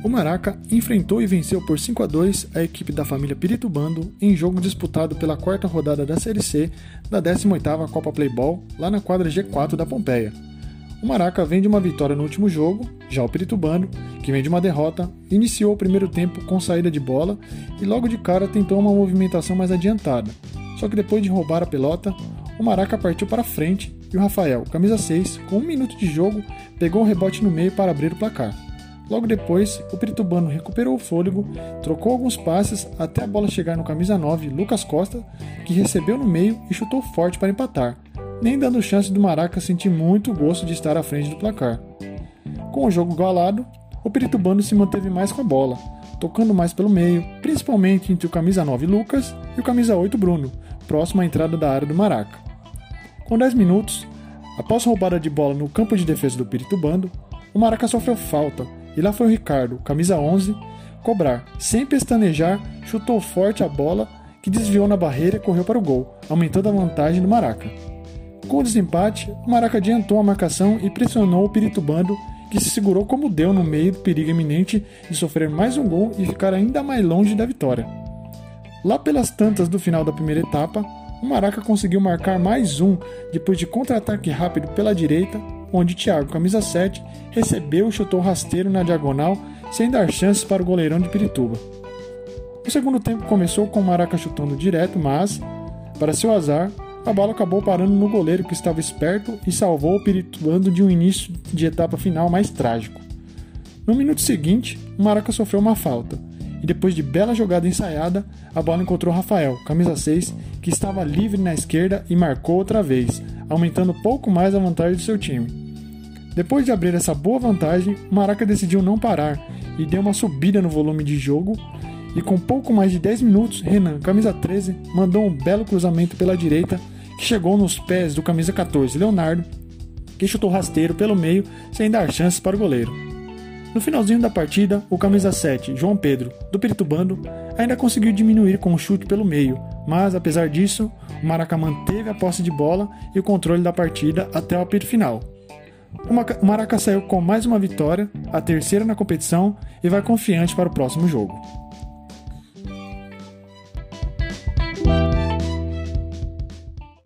O Maraca enfrentou e venceu por 5-2 a equipe da família Piritubando em jogo disputado pela quarta rodada da Série C da 18ª Copa Playball, lá na quadra G4 da Pompeia. O Maraca vem de uma vitória no último jogo, já o Piritubando, que vem de uma derrota, iniciou o primeiro tempo com saída de bola e logo de cara tentou uma movimentação mais adiantada. Só que depois de roubar a pelota, o Maraca partiu para frente e o Rafael, camisa 6, com 1 minuto de jogo, pegou o rebote no meio para abrir o placar. Logo depois, o Piritubano recuperou o fôlego, trocou alguns passes até a bola chegar no camisa 9, Lucas Costa, que recebeu no meio e chutou forte para empatar, nem dando chance do Maraca sentir muito gosto de estar à frente do placar. Com o jogo igualado, o Piritubano se manteve mais com a bola, tocando mais pelo meio, principalmente entre o camisa 9 Lucas e o camisa 8 Bruno, próximo à entrada da área do Maraca. Com 10 minutos, após roubada de bola no campo de defesa do Piritubando, o Maraca sofreu falta e lá foi o Ricardo, camisa 11, cobrar. Sem pestanejar, chutou forte a bola que desviou na barreira e correu para o gol, aumentando a vantagem do Maraca. Com o desempate, o Maraca adiantou a marcação e pressionou o Piritubando, que se segurou como deu no meio do perigo iminente de sofrer mais um gol e ficar ainda mais longe da vitória. Lá pelas tantas do final da primeira etapa, o Maraca conseguiu marcar mais um depois de contra-ataque rápido pela direita, onde Thiago, camisa 7, recebeu e chutou rasteiro na diagonal, sem dar chances para o goleirão de Pirituba. O segundo tempo começou com o Maraca chutando direto, mas, para seu azar, a bola acabou parando no goleiro que estava esperto e salvou o Piritubando de um início de etapa final mais trágico. No minuto seguinte, o Maraca sofreu uma falta, e depois de bela jogada ensaiada, a bola encontrou Rafael, camisa 6, que estava livre na esquerda e marcou outra vez, aumentando pouco mais a vantagem do seu time. Depois de abrir essa boa vantagem, o Maraca decidiu não parar e deu uma subida no volume de jogo, e com pouco mais de 10 minutos, Renan, camisa 13, mandou um belo cruzamento pela direita que chegou nos pés do camisa 14, Leonardo, que chutou rasteiro pelo meio sem dar chances para o goleiro. No finalzinho da partida, o camisa 7, João Pedro, do Piritubando, ainda conseguiu diminuir com o chute pelo meio, mas apesar disso, o Maraca manteve a posse de bola e o controle da partida até o apito final. O Maraca saiu com mais uma vitória, a terceira na competição, e vai confiante para o próximo jogo.